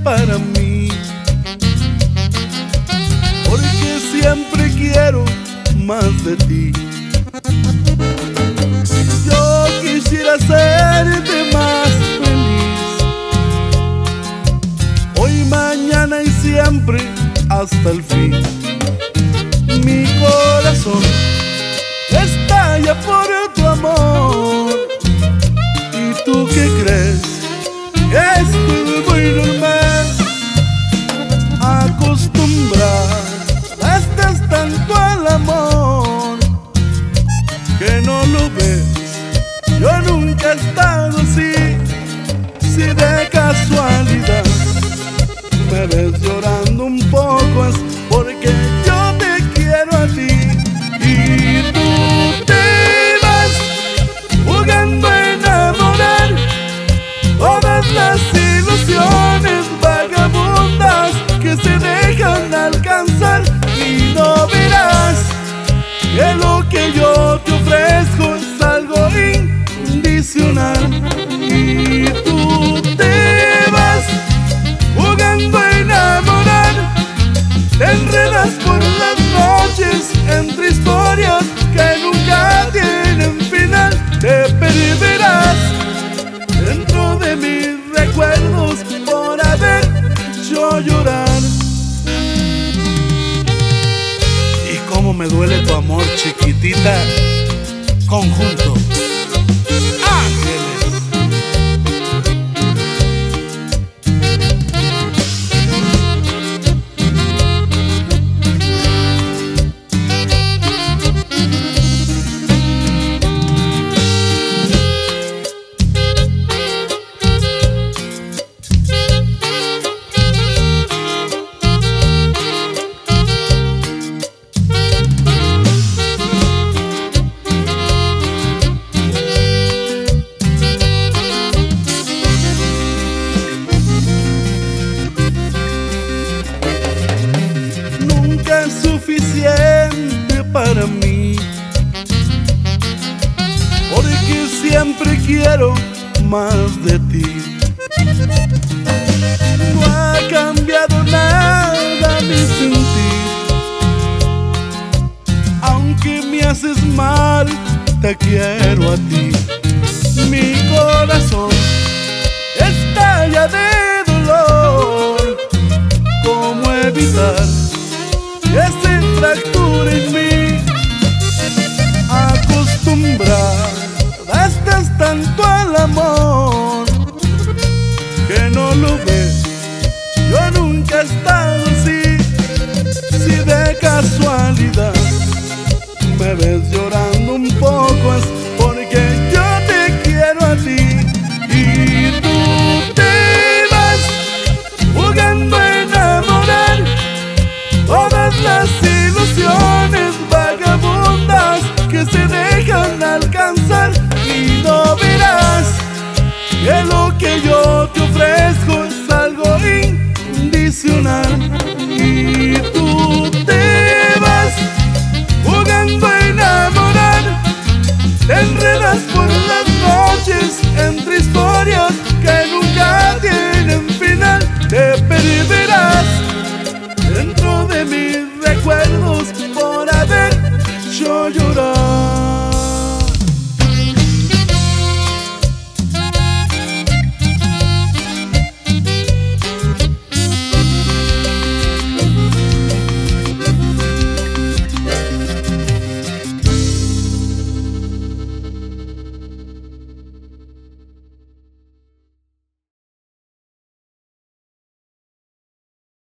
para mí, porque siempre quiero más de ti. Yo quisiera hacerte más feliz, hoy, mañana y siempre, hasta el fin. Mi corazón estalla por tu amor. ¿Y tú qué crees? Esto es muy normal. Acostumbradas tanto al amor que no lo ves. Yo nunca he estado así. Si de casualidad me ves llorando un poco, es porque yo te quiero a ti. Y tú te vas jugando a enamorar todas las ilusiones vagabundas que se dejan alcanzar, y no verás que lo que yo te ofrezco es algo incondicional. Y tú te vas jugando a enamorar, te enredas por las noches entre historias que nunca tienen final. Te perderás dentro de mis recuerdos por haber hecho llorar. Y cómo me duele tu amor, chiquitita. Conjunto Ángeles. Es suficiente para mí, porque siempre quiero más de ti. No ha cambiado nada mi sentir, aunque me haces mal, te quiero a ti. Mi corazón estalla de dolor. ¿Cómo evitar que se fractura en mí? Acostumbradas tanto al amor que no lo ves. Yo nunca he estado así. Si de casualidad me ves llorando un poco, es porque yo te quiero a ti. Y tú te vas jugando a enamorar todas las ilusiones vagabundas que se dejan alcanzar, y no verás que lo que yo te ofrezco es algo incondicional.